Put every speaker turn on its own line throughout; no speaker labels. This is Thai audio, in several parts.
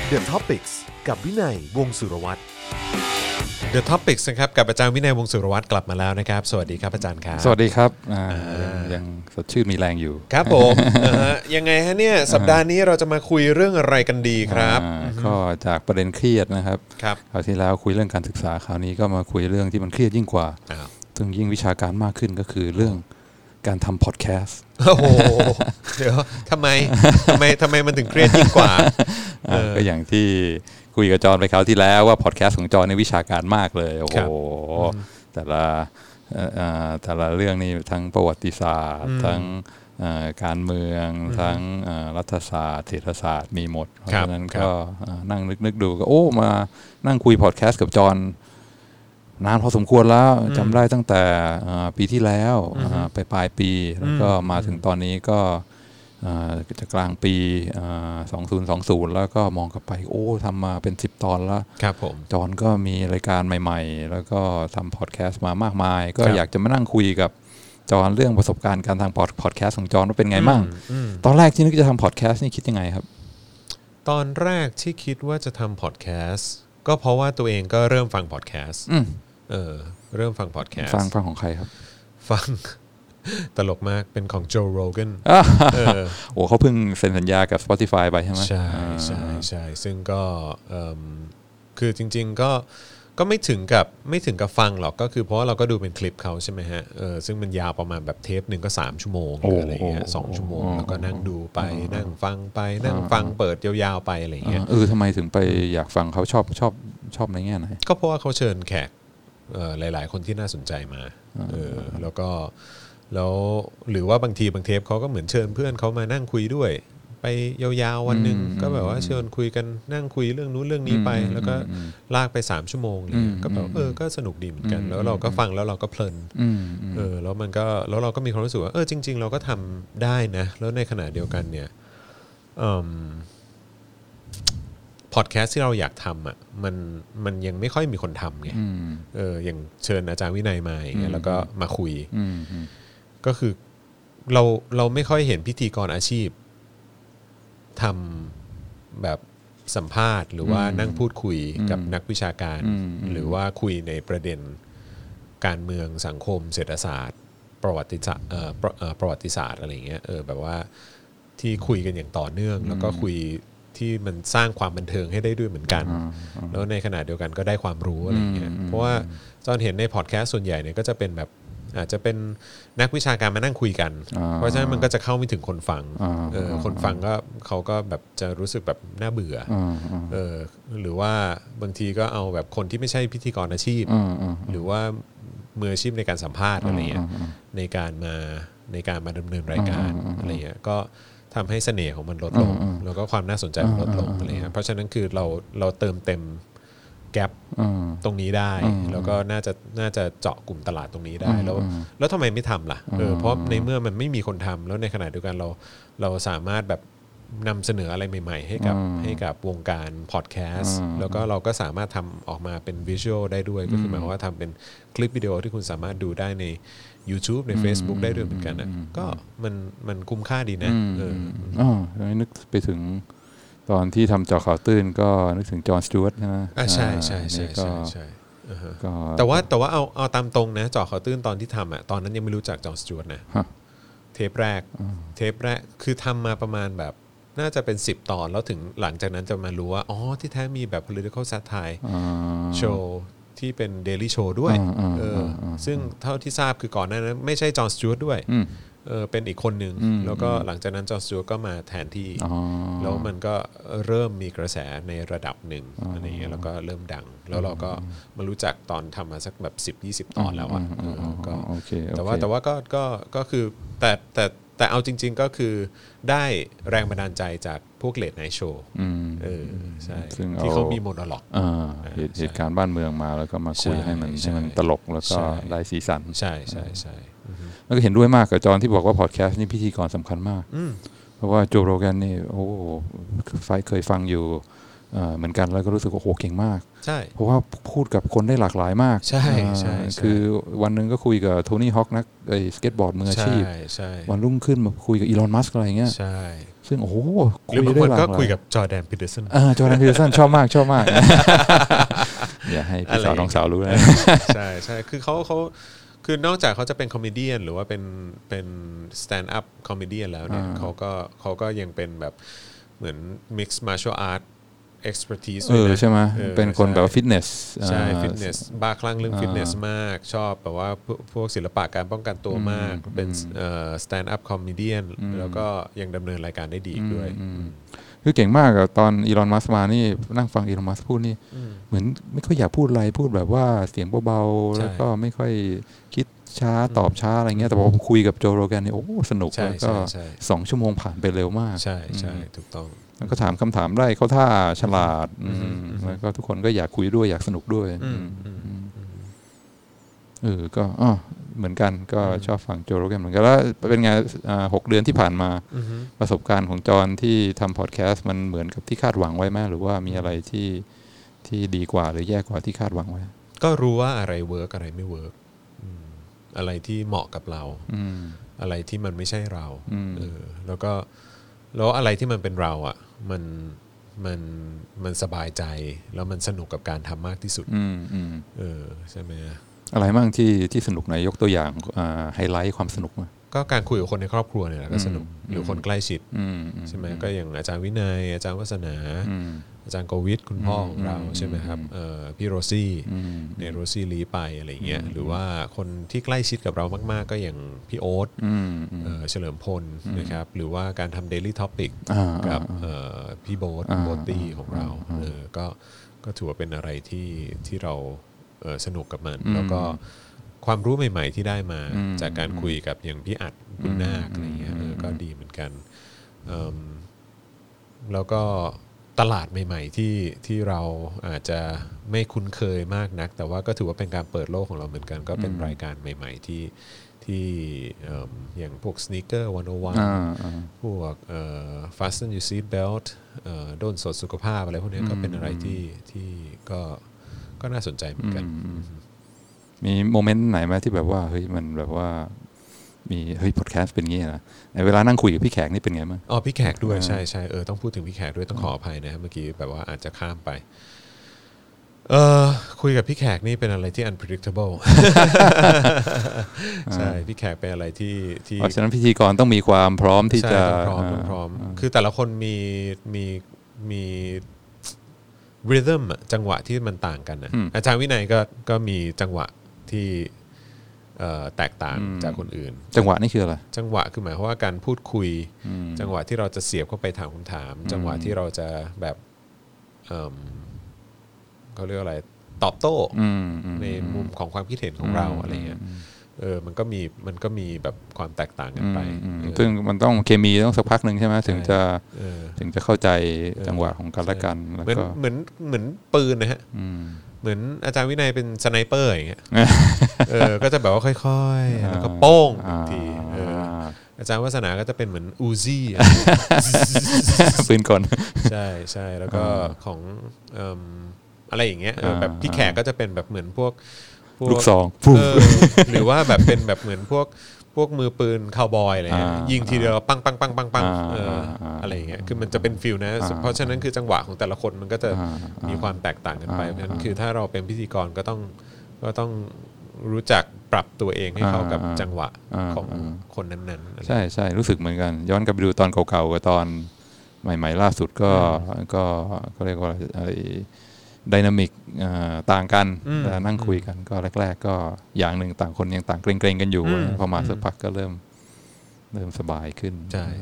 The Topics กับวินัยวงศ์สุรวัตร
The Topics นะครับกับอาจารย์วินัยวงศ์สุรวัตรกลับมาแล้วนะครับสวัสดีครับอาจารย์ครับ
สวัสดีครับยังสดชื่นมีแรงอยู่
ครับผมยังไงฮะเนี่ยสัปดาห์นี้เราจะมาคุยเรื่องอะไรกันดีครับ
ก็จากประเด็นเครียดนะครับคราวที่แล้วคุยเรื่องการศึกษาคราวนี้ก็มาคุยเรื่องที่มันเครียดยิ่งกว่าซึ่งยิ่งวิชาการมากขึ้นก็คือเรื่องการทำพอดแคสต์
โอ้โหเดี๋ยวทำไมมันถึงเครียดยิ่งกว่า
ก็อย่างที่คุยกับจอห์นไปคราวที่แล้วว่าพอดแคสต์ของจอห์นในวิชาการมากเลยโอ้โหแต่ละเรื่องนี่ทั้งประวัติศาสตร์ทั้งการเมืองทั้งรัฐศาสตร์เศรษฐศาสตร์มีหมดเพราะฉะนั้นก็นั่งนึกดูก็มานั่งคุยพอดแคสต์กับจอห์นนานพอสมควรแล้วจำได้ตั้งแต่ปีที่แล้วไปปลายปีแล้วก็มาถึงตอนนี้ก็จะกลางปี2020แล้วก็มองกลับไปทำมาเป็น10 ตอนแล้ว
ครับผม
จอนก็มีรายการใหม่ๆแล้วก็ทำพอดแคสต์มามากมายก็อยากจะมานั่งคุยกับจอนเรื่องประสบการณ์การทำพอดแคสต์ของจอนว่าเป็นไงมั่งตอนแรกที่นึกจะทำพอดแคสต์นี่คิดยังไงครับ
ตอนแรกที่คิดว่าจะทำพอดแคสต์ก็เพราะว่าตัวเองก็เริ่มฟังพอดแคสต์เริ่มฟังพอดแคสต์
ฟังของใครครับ
ฟังตลกมากเป็นของโจโรแกน
เขาเพิ่งเซ็นสัญญากับ Spotify ไปใช่ไหม
ใช่ซึ่งก็คือจริงๆก็ไม่ถึงกับฟังหรอกก็คือเพราะว่าเราก็ดูเป็นคลิปเขาใช่ไหมฮะซึ่งมันยาวประมาณแบบเทปหนึ่งก็3 ชั่วโมงอะไรเงี้ย2 ชั่วโมงแล้วก็นั่งดูไปนั่งฟังไปนั่งฟังเปิดยาวๆไปอะไรเงี้ย
ทำไมถึงไปอยากฟังเขาชอบในแง่ไหน
ก็เพราะว่าเขาเชิญแขกหลายๆคนที่น่าสนใจมาแล้วหรือว่าบางเทปเขาก็เหมือนเชิญเพื่อนเขามานั่งคุยด้วยไปยาวๆวันหนึ่งก็แบบว่าเชิญคุยกันนั่งคุยเรื่องนู้นเรื่องนี้ไปแล้วก็ลากไป3 ชั่วโมงเลยก็แบบก็สนุกดีเหมือนกันแล้วเราก็ฟังแล้วเราก็เพลินแล้วเราก็มีความรู้สึกว่าจริงๆเราก็ทำได้นะแล้วในขณะเดียวกันเนี่ยพอดแคสต์ที่เราอยากทำอ่ะมันยังไม่ค่อยมีคนทำไงอย่างเชิญอาจารย์วินัยมาอย่างเงี้ยแล้วก็มาคุยก็คือเราไม่ค่อยเห็นพิธีกรอาชีพทำแบบสัมภาษณ์หรือว่านั่งพูดคุยกับนักวิชาการหรือว่าคุยในประเด็นการเมืองสังคมเศรษฐศาสตร์ประวัติศาสตร์อะไรเงี้ยแบบว่าที่คุยกันอย่างต่อเนื่องแล้วก็คุยที่มันสร้างความบันเทิงให้ได้ด้วยเหมือนกันแล้วในขณะเดียวกันก็ได้ความรู้อะไรเงี้ยเพราะว่าตอนเห็นในพอดแคสต์ส่วนใหญ่เนี่ยก็จะเป็นแบบอาจจะเป็นนักวิชาการมานั่งคุยกันเพราะฉะนั้นมันก็จะเข้าไม่ถึงคนฟังคนฟังก็เขาก็แบบจะรู้สึกแบบน่าเบื่อหรือว่าบางทีก็เอาแบบคนที่ไม่ใช่พิธีกรอาชีพหรือว่ามืออาชีพในการสัมภาษณ์อะไรเงี้ยในการมาดำเนินรายการอะไรเงี้ยก็ทำให้เสน่ห์ของมันลดลงแล้วก็ความน่าสนใจมันลดลงอะไรเงี้ยเพราะฉะนั้นคือเราเติมเต็มแกปตรงนี้ได้แล้วก็น่าจะเจาะกลุ่มตลาดตรงนี้ได้แล้วทำไมไม่ทำล่ะเพราะในเมื่อมันไม่มีคนทำแล้วในขณะเดียวกันเราสามารถแบบนำเสนออะไรใหม่ๆให้กับวงการพอดแคสต์แล้วก็เราก็สามารถทำออกมาเป็นวิชวลได้ด้วยก็คือหมายความว่าทำเป็นคลิปวิดีโอที่คุณสามารถดูได้ใน YouTube ใน Facebook ได้ด้วยเหมือนกันนะก็มันคุ้มค่าดีนะ
นึกไปถึงตอนที่ทำเจาะข่าวตื้นก็นึกถึงจอห์นสจ๊วตใช่ไหม
ใช่แต่ว่าเอาตามตรงนะเจาะข่าวตื้นตอนที่ทำอ่ะตอนนั้นยังไม่รู้จักจอห์นสจ๊วตนะเทปแรกคือทำมาประมาณแบบน่าจะเป็น10 ตอนแล้วถึงหลังจากนั้นจะมารู้ว่าที่แท้มีแบบ political satire show ที่เป็น daily show ด้วยซึ่งเท่าที่ทราบคือก่อนหน้านั้นไม่ใช่จอห์นสจ๊วตด้วยเป็นอีกคนหนึ่งแล้วก็หลังจากนั้นจอห์นสจ๊วตก็มาแทนที่แล้วมันก็เริ่มมีกระแสในระดับหนึ่งอะไรเงี้ยแล้วก็เริ่มดังแล้วเราก็มารู้จักตอนทำมาสักแบบ10-20 ตอนแล้วอ่ะแต่ว่าก็คือแต่เอาจริงๆก็คือได้แรงบันดาลใจจากพวกเลดไนท์โชว์ใช่ที่เขามีโมโนโลก
เหตุการณ์บ้านเมืองมาแล้วก็มาคุยให้มันตลกแล้วก็ได้สีสัน
ใช่
แล้วก็เห็นด้วยมากกับจอห์นที่บอกว่าพอดแคสต์นี่พิธีกรสำคัญมากเพราะว่าโจโรแกนนี่เคยฟังอยู่เหมือนกันแล้วก็รู้สึกว่าโหเก่งมาก
ใช่
เพราะว่าพูดกับคนได้หลากหลายมาก
ใช่ใช่
คือวันนึงก็คุยกับโทนี่ฮอคนักไอ้สเก็ตบอร์ดมืออาชีพวันรุ่งขึ้นมาคุยกับอีลอนมัสก์อะไรเงี้ย
ใช่
ซึ่งโอ้โห
หรือบางคนก็คุยกับจอร์แดนพีเตอร์สัน
จอร์แดนพีเตอร์สันชอบมากอย่าให้พี่สาวน้องสาวรู้นะ
ใช่ใช่คือเขาคือนอกจากเขาจะเป็นคอมเมเดี้หรือว่าเป็นสแตนด์อัพคอมเมดี้แล้วเนี่ยเขาก็ยังเป็นแบบเหมือน mix martial art expertise
ใช่ไหมเป็นคนแบบฟิตเนส
ใช่ฟิตเนสบ้าคลั่งเรื่องฟิตเนสมากชอบแบบว่าพวกศิลปะการป้องกันตัวมากเป็นสแตนด์อัพคอมเมเดี้แล้วก็ยังดำเนินรายการได้ดีด้วย
คือเก่งมากอะตอนอีลอนมัสก์มานี่นั่งฟังอีลอนมัสก์พูดนี่เหมือนไม่ค่อยอยากพูดอะไรพูดแบบว่าเสียงเบาๆแล้วก็ไม่ค่อยคิดช้าตอบช้าอะไรเงี้ยแต่พอผมคุยกับโจโรแกนนี่โอ้สนุกแล้วก็2 ชั่วโมงผ่านไปเร็วมาก
ใช่ใช่ถูกต้อง
แล้วก็ถามคำถามได้เข้าท่าฉลาดแล้วก็ทุกคนก็อยากคุยด้วยอยากสนุกด้วยก็เหมือนกันก็ชอบฟังโจโรแกนเหมือนกันแล้วเป็นไง6 เดือนที่ผ่านมาประสบการณ์ของจอห์นที่ทำพอดแคสต์มันเหมือนกับที่คาดหวังไว้ไหมหรือว่ามีอะไรที่ดีกว่าหรือแย่กว่าที่คาดหวังไว้
ก็รู้ว่าอะไรเวิร์กอะไรไม่เวิร์กอะไรที่เหมาะกับเราอะไรที่มันไม่ใช่เราแล้วอะไรที่มันเป็นเราอ่ะมันสบายใจแล้วมันสนุกกับการทำมากที่สุดใช่ไหม
อะไรบ้างที่สนุกไหนยกตัวอย่างไฮไลท์ความสนุกมา
ก็การคุยกับคนในครอบครัวเนี่ยก็สนุกหรือคนใกล้ชิดใช่ไหมก็อย่างอาจารย์วินัยอาจารย์วัฒนาอาจารย์โกวิทคุณพ่อของเราใช่ไหมครับพี่โรซี่เนี่ยโรซี่ลีไปอะไรเงี้ยหรือว่าคนที่ใกล้ชิดกับเรามากๆก็อย่างพี่โอ๊ตเฉลิมพลนะครับหรือว่าการทำ Daily Topic กับพี่โบ๊ทตี้ของเราก็ถือว่าเป็นอะไรที่เราสนุกกับมันแล้วก็ความรู้ใหม่ๆที่ได้มาจากการคุยกับอย่างพี่อัดคุณนาคอะไรเงี้ยก็ดีเหมือนกันแล้วก็ตลาดใหม่ๆที่เราอาจจะไม่คุ้นเคยมากนักแต่ว่าก็ถือว่าเป็นการเปิดโลกของเราเหมือนกันก็เป็นรายการใหม่ๆที่อย่างพวก Sneaker 101พวกFasten Your Seat Belt ด้นสดสุขภาพอะไรพวกนี้ก็เป็นอะไรที่ก็น่าสนใจเหมือนกัน
มีโมเมนต์ไหนไหมที่แบบว่าเฮ้ยมันแบบว่ามีเฮ้ยพอดแคสต์เป็นงี้นะเวลานั่งคุยกับพี่แขกนี่เป็นไงมั้ง
พี่แขกด้วยใช่ต้องพูดถึงพี่แขกด้วยต้องขออภัยนะครับเมื่อกี้แบบว่าอาจจะข้ามไปคุยกับพี่แขกนี่เป็นอะไรที่ unpredictable ใช่พี่แขกเป็นอะไรที่
เพราะฉะนั้นพิธีกรต้องมีความพร้อมที่จะ
พร้อมคือแต่ละคนมีrhythm จังหวะที่มันต่างกันนะอาจารย์วินัยก็มีจังหวะที่แตกต่างจากคนอื่น
จังหวะนี่คืออะไร
จังหวะคือหมายความว่าการพูดคุยจังหวะที่เราจะเสียบเข้าไปถามคำถามจังหวะที่เราจะแบบเขาเรียกอะไรตอบโต้ในมุมของความคิดเห็นของเราอะไรเงี้ยมันก็มีแบบความแตกต่างกันไป
ซึ่งมันต้องเคมีต้องสักพักนึงใช่ไหมถึงจะเข้าใจจังหวะของกันและกันแล้วก็
เหมือนปืนนะฮะเหมือนอาจารย์วินัยเป็นสไนเปอร์อย่างเงี้ยก็จะแบบว่าค่อยๆแล้วก็โป้งทีอาจารย์วัฒนาก็จะเป็นเหมือนอูซี่
ปืนกล
ใช่แล้วก็ของอะไรอย่างเงี้ยแบบพี่แขกก็จะเป็นแบบเหมือนพวก
ลูกซอง
หรือว่าแบบเป็นแบบเหมือนพวกมือปืนคาวบอยอะไรเงี้ยยิงทีเดียวปังอะไรอย่างเงี้ยคือมันจะเป็นฟิลนะเพราะฉะนั้นคือจังหวะของแต่ละคนมันก็จะมีความแตกต่างกันไปเพราะฉะนั้นคือถ้าเราเป็นพิธีกรก็ต้องรู้จักปรับตัวเองให้เข้ากับจังหวะของคนนั้น
ๆใช่รู้สึกเหมือนกันย้อนกลับไปดูตอนเก่าๆกับตอนใหม่ๆล่าสุดก็เรียกว่าไดนามิกต่างกันนั่งคุยกันก็แรกๆก็อย่างหนึ่งต่างคนยังต่างเกรงๆกันอยู่พอมาสักพักก็เริ่มสบายขึ้น
ใช่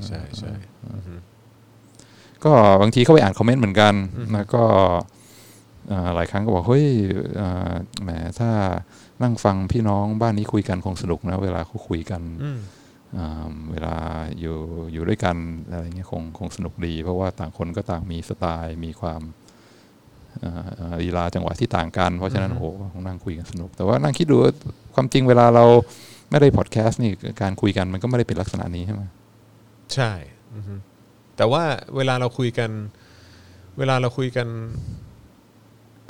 ก็บางทีเข้าไปอ่านคอมเมนต์เหมือนกันแล้วก็หลายครั้งก็บอกเฮ้ยแหมถ้านั่งฟังพี่น้องบ้านนี้คุยกันคงสนุกนะเวลาเขาคุยกันเวลาอยู่ด้วยกันอะไรเงี้ยคงสนุกดีเพราะว่าต่างคนก็ต่างมีสไตล์มีความลีลาจังหวะที่ต่างกันเพราะฉะนั้นโอ้โหนั่งคุยกันสนุกแต่ว่านั่งคิดดูความจริงเวลาเราไม่ได้พอดแคสต์นี่การคุยกันมันก็ไม่ได้เป็นลักษณะนี้ใช่ไหม
ใช่แต่ว่าเวลาเราคุยกัน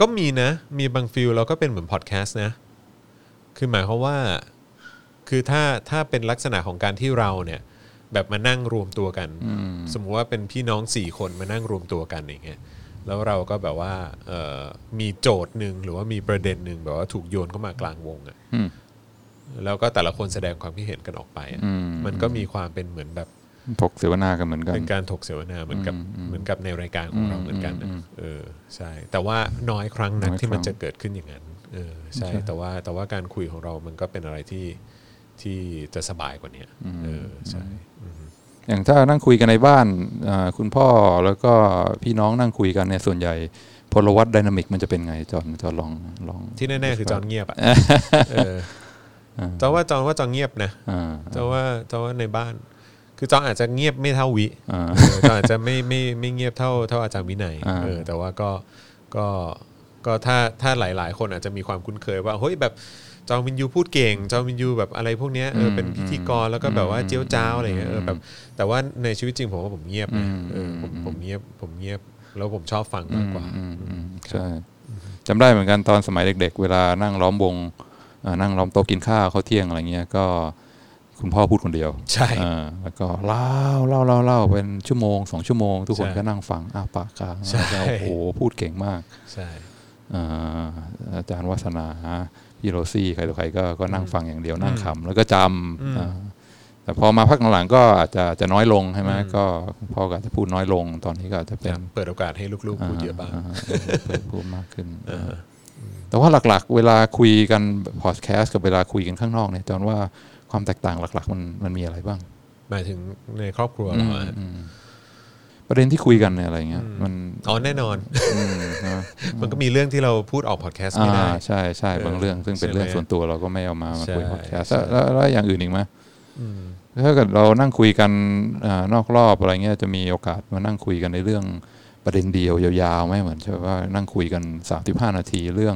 ก็มีนะมีบางฟิลเราก็เป็นเหมือนพอดแคสต์นะคือหมายความว่าคือถ้าเป็นลักษณะของการที่เราเนี่ยแบบมานั่งรวมตัวกันสมมุติว่าเป็นพี่น้อง4คนมานั่งรวมตัวกันอย่างเงี้ยแล้วเราก็แบบว่ามีโจทย์นึงหรือว่ามีประเด็นนึงแบบว่าถูกโยนเข้ามากลางวงอ่ะแล้วก็แต่ละคนแสดงความคิดเห็นกันออกไปมันก็มีความเป็นเหมือนแบบ
ถกเสวนากันเหมือนกัน
เป็นการถกเสวนาเหมือนกับในรายการของเราเหมือนกันใช่แต่ว่าน้อยครั้งนักที่มันจะเกิดขึ้นอย่างนั้นใช่แต่ว่าการคุยของเรามันก็เป็นอะไรที่จะสบายกว่านี้ใช่
อย่างถ้านั่งคุยกันในบ้านคุณพ่อแล้วก็พี่น้องนั่งคุยกันเนี่ยส่วนใหญ่พลวัตไดนามิกมันจะเป็นไงจอนลอง
ที่แน่ๆคือจอนเงียบอ่ะจอนว่าจอนเงียบนะจอนว่าในบ้านคือจอนอาจจะเงียบไม่เท่าวิจอนอาจจะไม่เงียบเท่าอาจารย์วินัยแต่ว่าก็ถ้าหลายๆคนอาจจะมีความคุ้นเคยว่าเฮ้ยแบบจอมินยูพูดเก่งจอมินยูแบบอะไรพวกนี้เป็นพิธีกรแล้วก็แบบว่าเจี๊ยวจ้าวอะไรเงี้ยแบบแต่ว่าในชีวิตจริงผมว่าผมเงียบนะผมเงียบแล้วผมชอบฟังมากกว่า
ใช่จำได้เหมือนกันตอนสมัยเด็กๆเวลานั่งล้อมวงนั่งล้อมโต๊ะกินข้าวข้าวเที่ยงอะไรเงี้ยก็คุณพ่อพูดคนเดียว
ใช่
แล้วก็เล่าเป็นชั่วโมง2ชั่วโมงทุกคนก็นั่งฟังปากกลางโอ้โหพูดเก่งมาก
ใช่
อาจารย์วัฒนาพี่โรซี่ใครต่อใครก็นั่งฟังอย่างเดียวนั่งขำแล้วก็จำแต่พอมาพักหลังๆก็อาจจะน้อยลงใช่ไหมก็พ่อก็อาจจะพูดน้อยลงตอนนี้ก็อาจจะเป็น
เปิดโอกาสให้ลูกๆพูดเยอะบ้าง
พูดมากขึ้นแต่ว่าหลักๆเวลาคุยกันพอดแคสต์กับเวลาคุยกันข้างนอกเนี่ยจอนว่าความแตกต่างหลักๆมันมีอะไรบ้าง
หมายถึงในครอบครัวเรา
ประเด็นที่คุยกันเนี่ยอะไรเงี้ยมัน
แน่นอนมันก็มีเรื่องที่เราพูดออกพอดแคสต์ไม่ได้
ใช่บางเรื่องซึ่งเป็นเรื่องส่วนตัวเราก็ไม่เอามาคุยพอดแคสต์แล้วอย่างอื่นอีกไหมถ้าเกิดเรานั่งคุยกันนอกรอบอะไรเงี้ยจะมีโอกาสมานั่งคุยกันในเรื่องประเด็นเดียวยาวๆไหมเหมือนใช่ว่านั่งคุยกัน35นาทีเรื่อง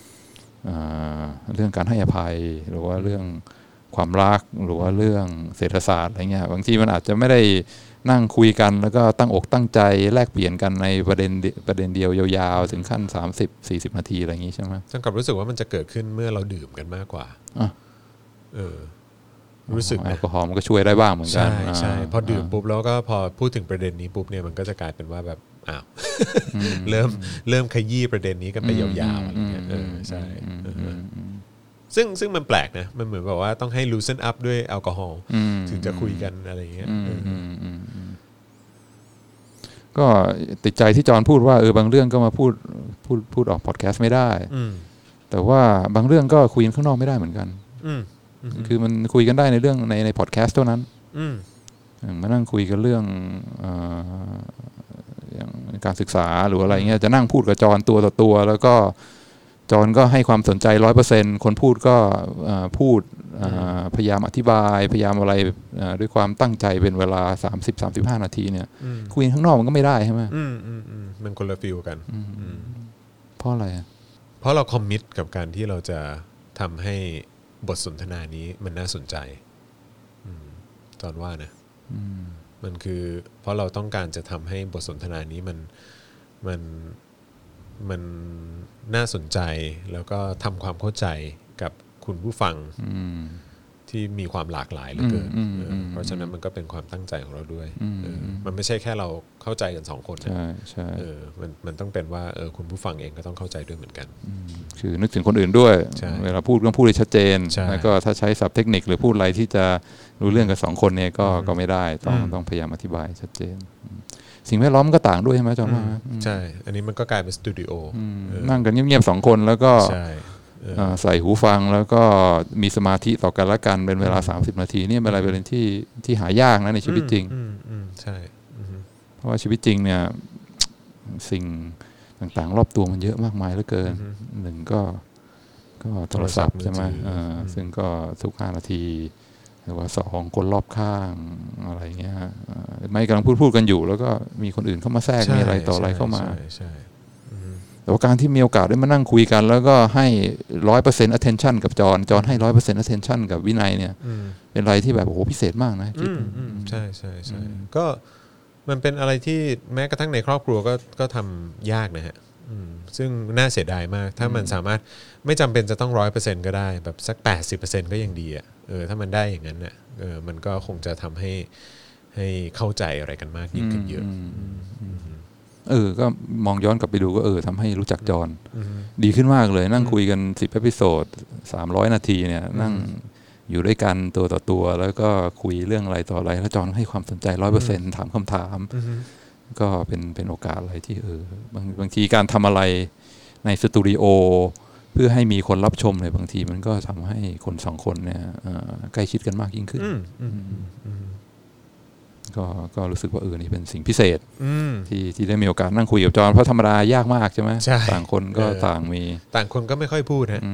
การให้อภัยหรือว่าเรื่องความรักหรือว่าเรื่องเศรษฐศาสตร์อะไรเงี้ยบางทีมันอาจจะไม่ได้นั่งคุยกันแล้วก็ตั้งอกตั้งใจแลกเปลี่ยนกันในประเด็นเดียวยาวๆถึงขั้น30-40นาทีอะไรอย่างงี้ใช่ไหม
จนกับรู้สึกว่ามันจะเกิดขึ้นเมื่อเราดื่มกันมากกว่ารู้สึก
แอลกอฮอล์มันก็ช่วยได้บ้างเหมือนกัน
ใช่พอดื่มปุ๊บแล้วก็พอพูดถึงประเด็นนี้ปุ๊บเนี่ยมันก็จะกลายเป็นว่าแบบอ้าวเริ่มขยี้ประเด็นนี้กันไปยาวๆอะไรเงี้ยใช่ซึ่งมันแปลกนะมันเหมือนแบบว่าต้องให้ loosen up ด้วยแอลกอฮอล์ถึงจะคุยกันอะไรเงี้ย
ก็ติดใจที่จอนพูดว่าบางเรื่องก็มาพูดออกพอดแคสต์ไม่ได้แต่ว่าบางเรื่องก็คุยกันข้างนอกไม่ได้เหมือนกันคือมันคุยกันได้ในเรื่องในพอดแคสต์เท่านั้นมานั่งคุยกันเรื่องอย่างการศึกษาหรืออะไรเงี้ยจะนั่งพูดกับจอนตัวต่อตัวแล้วก็จอนก็ให้ความสนใจ 100% คนพูดก็พูดพยายามอธิบายพยายามอะไรด้วยความตั้งใจเป็นเวลา30-35นาทีเนี่ยคุยข้างนอกมันก็ไม่ได้ใช่ไหม
มันคนละฟีลกัน
เพราะอะไร
เพราะเราคอมมิตกับการที่เราจะทำให้บทสนทนานี้มันน่าสนใจจอนว่านะมันคือเพราะเราต้องการจะทำให้บทสนทนานี้มันน่าสนใจแล้วก็ทำความเข้าใจกับคุณผู้ฟังที่มีความหลากหลายเหลือเกินเพราะฉะนั้นมันก็เป็นความตั้งใจของเราด้วยมันไม่ใช่แค่เราเข้าใจกัน2คนนะ
ใช่
มันต้องเป็นว่าคุณผู้ฟังเองก็ต้องเข้าใจด้วยเหมือนกัน
คือนึกถึงคนอื่นด้วยเวลาพูดต้องพูดให้ชัดเจนแล้วก็ถ้าใช้ศัพท์เทคนิคหรือพูดอะไรที่จะรู้เรื่องกับ2คนเนี่ยก็ไม่ได้ต้องพยายามอธิบายชัดเจนสิ่งแวดล้อมก็ต่างด้วยใช่ไหมจอนว่า
ใช่อันนี้มันก็กลายเป็นสตูดิโอ
นั่งกันเงียบๆ2คนแล้วก็ใส่หูฟังแล้วก็มีสมาธิต่อกันและกันเป็นเวลา30นาทีนี่เป็นอะไรเป็นที่หายากนะในชีวิตจริง
ใช่
เพราะว่าชีวิตจริงเนี่ยสิ่งต่างๆรอบตัวมันเยอะมากมายเหลือเกินหนึ่งก็โทรศัพท์ใช่ไหมซึ่งก็ทุก5นาทีหรือว่า2คนรอบข้างอะไรเงี้ยไม่กำลังพูดกันอยู่แล้วก็มีคนอื่นเข้ามาแทรกมีอะไรต่ออะไรเข้ามาแต่ว่าการที่มีโอกาสได้มานั่งคุยกันแล้วก็ให้ 100% attention กับจอนให้ 100% attention กับวินัยเนี่ยเป็นอะไรที่แบบโอ้โหพิเศษมากนะคิด
ใช่ก็มันเป็นอะไรที่แม้กระทั่งในครอบครัวก็ทำยากนะฮะซึ่งน่าเสียดายมากถ้ามันสามารถไม่จำเป็นจะต้อง 100% ก็ได้แบบสัก 80% ก็ยังดีอ่ะถ้ามันได้อย่างนั้นน่ะมันก็คงจะทำให้เข้าใจอะไรกันมากยิ่งขึ้นเยอะ
ก็มองย้อนกลับไปดูก็ทำให้รู้จักจอห์นดีขึ้นมากเลยนั่งคุยกัน10เอพิโซด300 นาทีเนี่ยนั่งอยู่ด้วยกันตัวต่อตัวแล้วก็คุยเรื่องอะไรต่ออะไรแล้วจอห์นให้ความสนใจ 100% ถามคำถามก็เป็นโอกาสอะไรที่บางทีการทำอะไรในสตูดิโอเพื่อให้มีคนรับชมเลยบางทีมันก็ทำให้คนสองคนเนี่ยใกล้ชิดกันมากยิ่งขึ้นก็รู้สึกว่านี่เป็นสิ่งพิเศษที่ได้มีโอกาสนั่งคุยกับจอห์นเพราะธรรมดายากมากใช่ไหมต่างคนก็ต่าง
คนก็ไม่ค่อยพูดฮะ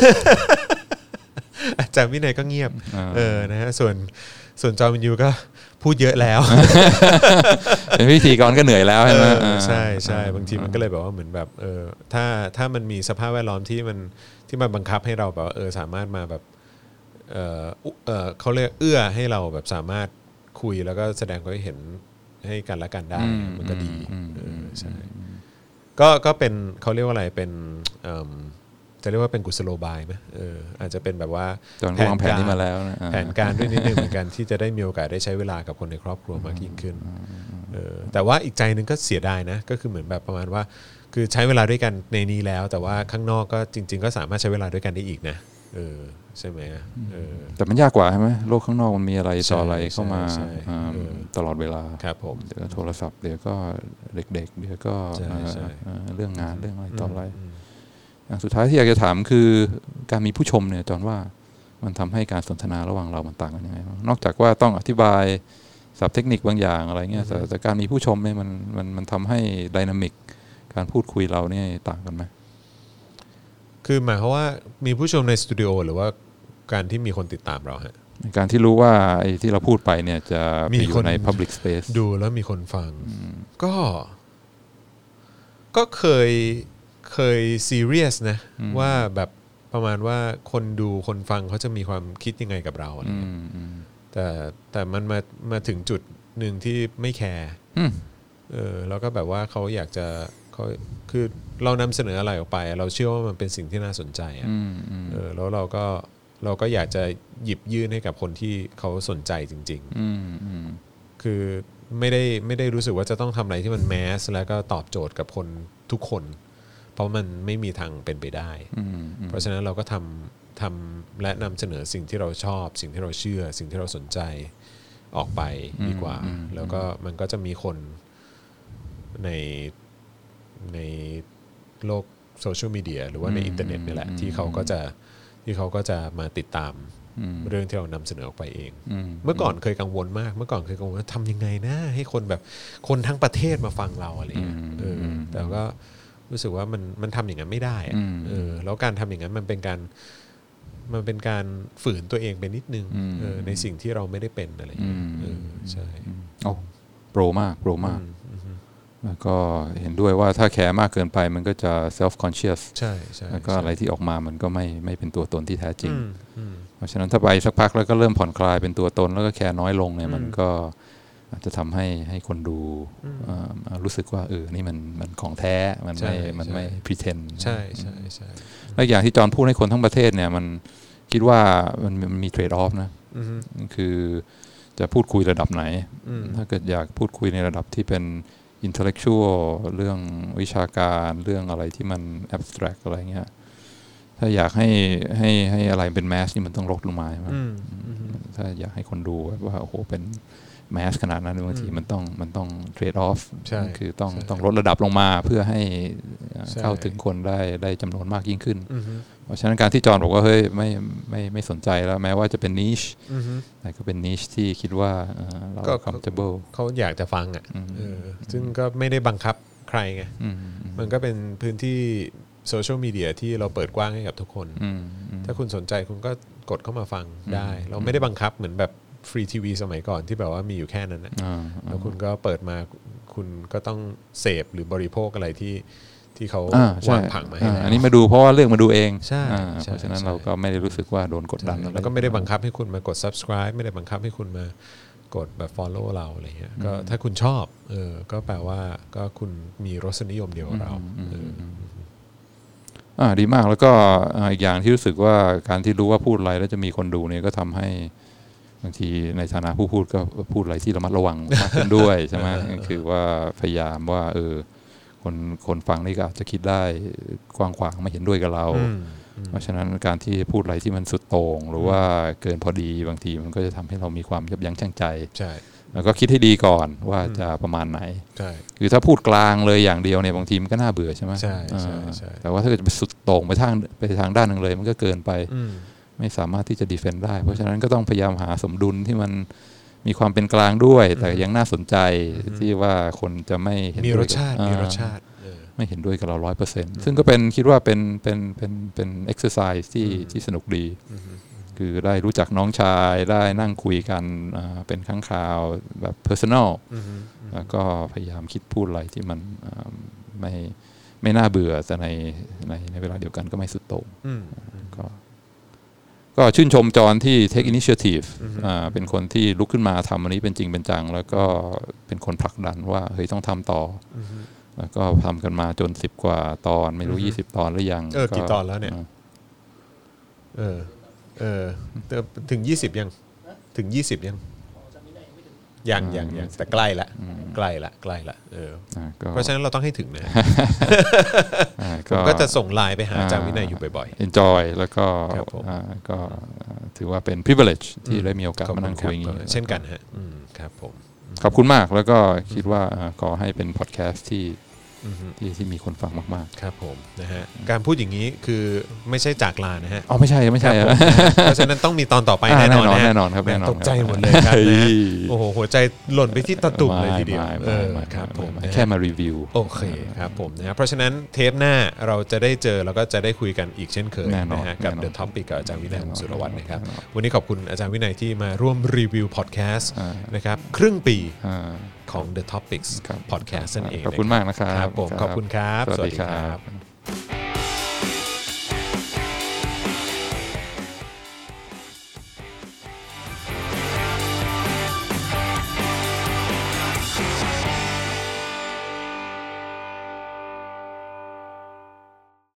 อาจารย์วินัยก็เงียบนะฮะส่วนจอห์นวินยูก็พูดเยอะแล้ว
เป็นพิธีกรก็เหนื่อยแล้วใช่ไหม
ใช่ใช่บางทีมันก็เลยแบบว่าเหมือนแบบถ้ามันมีสภาพแวดล้อมที่มันบังคับให้เราแบบสามารถมาแบบเขาเรียกให้เราแบบสามารถคุยแล้วก็แสดงความเห็นให้กันและกันได้มันก็ดีใช่ก็เป็นเขาเรียกว่าอะไรเป็นจะเรียกว่าเป็นกุศโลบายไหมอาจจะเป็นแบบว่า
แผนนี้มาแล้ว
แผนการด้วยนิดนึงเหมือนกันที่จะได้มีโอกาสได้ใช้เวลากับคนในครอบครัวมากยิ่งขึ้นแต่ว่าอีกใจนึงก็เสียดายนะก็คือเหมือนแบบประมาณว่าคือใช้เวลาด้วยกันในนี้แล้วแต่ว่าข้างนอกก็จริงๆก็สามารถใช้เวลาด้วยกันได้อีกนะใช่ไหม
แต่มันยากกว่าใช่ไหมโลกข้างนอกมันมีอะไรต่ออะไรเข้ามาตลอดเวลา
ครับผม
เดี๋ยวโทรศัพท์เดี๋ยวก็เด็กๆเดี๋ยวก็เรื่องงานเรื่องอะไรต่ออะไรสุดท้ายที่อยากจะถามคือการมีผู้ชมเนี่ยจอนว่ามันทำให้การสนทนาระหว่างเรามันต่างกันยังไงนอกจากว่าต้องอธิบายศัพท์เทคนิคบางอย่างอะไรเงี้ยแต่การมีผู้ชมเนี่ยมันทำให้ไดนามิกการพูดคุยเราเนี่ยต่างกันไหม
คือหมายความว่ามีผู้ชมในสตูดิโอหรือว่าการที่มีคนติดตามเราฮะ
การที่รู้ว่าไอ้ที่เราพูดไปเนี่ยจะมีอยู่ใน public space
ดูแล้วมีคนฟังก็เคยซีเรียสนะว่าแบบประมาณว่าคนดูคนฟังเขาจะมีความคิดยังไงกับเราอะไรเงี้ยแต่มันมาถึงจุดหนึ่งที่ไม่แคร์แล้วก็แบบว่าเขาอยากจะเขาคือเรานำเสนออะไรออกไปเราเชื่อว่ามันเป็นสิ่งที่น่าสนใจแล้วเราก็อยากจะหยิบยื่นให้กับคนที่เขาสนใจจริงๆคือไม่ได้รู้สึกว่าจะต้องทำอะไรที่มันแมสแล้วก็ตอบโจทย์กับคนทุกคนเพราะมันไม่มีทางเป็นไปได้เพราะฉะนั้นเราก็ทำและนำเสนอสิ่งที่เราชอบสิ่งที่เราเชื่อสิ่งที่เราสนใจออกไปดีกว่าแล้วก็มันก็จะมีคนในโลกโซเชียลมีเดียหรือว่าในอินเทอร์เน็ตนี่แหละที่เขาก็จะมาติดตามเรื่องที่เรานำเสนอออกไปเองเมื่อก่อนเคยกังวลมากเมื่อก่อนเคยกังวลว่าทำยังไงนะให้คนแบบคนทั้งประเทศมาฟังเราอะไรเงี้ยแต่ก็รู้สึกว่ามันทำอย่างนั้นไม่ได้แล้วการทำอย่างนั้นมันเป็นการฝืนตัวเองไปนิดนึงในสิ่งที่เราไม่ได้เป็นอะไรอย่างเงี้ยใช่
โปรมากแล้วก็เห็นด้วยว่าถ้าแคร์มากเกินไปมันก็จะ self conscious
ใช่
แล้วก็อะไรที่ออกมามันก็ไม่เป็นตัวตนที่แท้จริงเพราะฉะนั้นถ้าไปสักพักแล้วก็เริ่มผ่อนคลายเป็นตัวตนแล้วก็แคร์น้อยลงเนี่ยมันก็อาจจะทำให้คนดูรู้สึกว่านี่มันของแท้มันไม่ pretend
ใช่ใช่ใช่
แล้วอย่างที่จอห์นพูดให้คนทั้งประเทศเนี่ยมันคิดว่ามันมี trade off นะคือจะพูดคุยระดับไหนถ้าเกิดอยากพูดคุยในระดับที่เป็นintellectual เรื่องวิชาการเรื่องอะไรที่มัน abstract อะไรเงี้ยถ้าอยากให้อะไรเป็นแมสนี่มันต้องลดลงมาใช่ไหมถ้าอยากให้คนดูว่าโอ้โหเป็นแมสขนาดนั้นบางทีมันต้อง trade off คือต้องลดระดับลงมาเพื่อให้เข้าถึงคนได้จำนวนมากยิ่งขึ้นเพราะฉะนั้นการที่จอห์นบอกว่าเฮ้ยไม่สนใจแล้วแม้ว่าจะเป็น niche แต่ก็เป็น niche ที่คิดว่าเรา comfortable
เขาอยากจะฟังซึ่งก็ไม่ได้บังคับใครไงมันก็เป็นพื้นที่โซเชียลมีเดียที่เราเปิดกว้างให้กับทุกคนถ้าคุณสนใจคุณก็กดเข้ามาฟังได้เราไม่ได้บังคับเหมือนแบบฟรีทีวีสมัยก่อนที่แบบว่ามีอยู่แค่นั้นแล้วคุณก็เปิดมาคุณก็ต้องเสพหรือบริโภคอะไรที่เขาวางผังมาให้แล้ว
อันนี้มาดูเพราะว่าเลือกมาดูเอง
ใช่
เพราะฉะนั้นเราก็ไม่ได้รู้สึกว่าโดนกดดัน
แล้วก็ไม่ได้บังคับให้คุณมากด subscribe ไม่ได้บังคับให้คุณมากดแบบ follow เราอะไรเงี้ยก็ถ้าคุณชอบก็แปลว่าก็คุณมีรสนิยมเดียวกับเรา
ดีมากแล้วก็อีกอย่างที่รู้สึกว่าการที่รู้ว่าพูดอะไรแล้วจะมีคนดูเนี่ยก็ทำให้บางทีในฐานะผู้พูดก็พูดอะไรที่ระมัดระวังมากขึ้นด้วยใช่ไหมคือว่าพยายามว่าคนฟังนี่ก็อาจจะคิดได้กว้างขวางไม่เห็นด้วยกับเราเพราะฉะนั้นการที่พูดอะไรที่มันสุดโต่งหรือว่าเกินพอดีบางทีมันก็จะทำให้เรามีความยับยั้งชั่งใจแล้วก็คิดให้ดีก่อนว่าจะประมาณไหนคือถ้าพูดกลางเลยอย่างเดียวเนี่ยบางทีมันก็น่าเบื่อใช่ไหมแต่ว่าถ้าเกิดไปสุดโต่งไปทางด้านนึงเลยมันก็เกินไปไม่สามารถที่จะดีเฟนต์ได้เพราะฉะนั้นก็ต้องพยายามหาสมดุลที่มันมีความเป็นกลางด้วยแต่ยังน่าสนใจที่ว่าคนจะไม่เห็นด้วยมีรสชาติไม่เห็นด้วยกับเรา 100% ซึ่งก็เป็นคิดว่าเป็นเอ็กซ์ไซส์ที่สนุกดีคือได้รู้จักน้องชายได้นั่งคุยกันเป็นครั้งคราวแบบ personal แล้วก็พยายามคิดพูดอะไรที่มันไม่น่าเบื่อแต่ในเวลาเดียวกันก็ไม่สุดโต่งก็ชื่นชมจอห์นที่ take initiative เป็นคนที่ลุกขึ้นมาทำอันนี้เป็นจริงเป็นจังแล้วก็เป็นคนผลักดันว่าเฮ้ยต้องทำต่อแล้วก็ทำกันมาจน10 กว่าตอนไม่รู้20 ตอนหรือยัง
กี่ตอนแล้วเนี่ยถึง20ยังถึง20ยังแต่ใกล้ละเพราะฉะนั้นเราต้องให้ถึงนะผมก็จะส่งไลน์ไปหาอาจารย์วินัยอยู่บ่อย
ๆ enjoy แล้วก็ถือว่าเป็น privilege ที่ได้มีโอกาสมานั่งคุยอย่างนี้
เช่นกันฮะครับผม
ขอบคุณมากแล้วก็คิดว่าขอให้เป็นพอดแคสต์ที่มีคนฟังมาก
ๆครับผมนะฮะการพูดอย่างนี้คือไม่ใช่จากลานะฮะ
ไม่ใช่
เพราะฉะนั้นต้องมีตอนต่อไปแน่น
อนครับ
ตกใจหมดเลยครับโอ้โหหัวใจหล่นไปที่ตะตุ่มเลยทีเดียวครับผม
แค่มารีวิว
โอเคครับผมนะเพราะฉะนั้นเทปหน้าเราจะได้เจอแล้วก็จะได้คุยกันอีกเช่นเคยนะฮะกับ The Topic กับอาจารย์วินัย วงศ์สุรวัฒน์นะครับวันนี้ขอบคุณอาจารย์วินัยที่มาร่วมรีวิวพอดแคสต์นะครับครึ่งปีของ The Topics Podcast นั่นเอง
ขอบคุณมากนะครับ
ผมขอบคุณครับ
สวัสดีครับ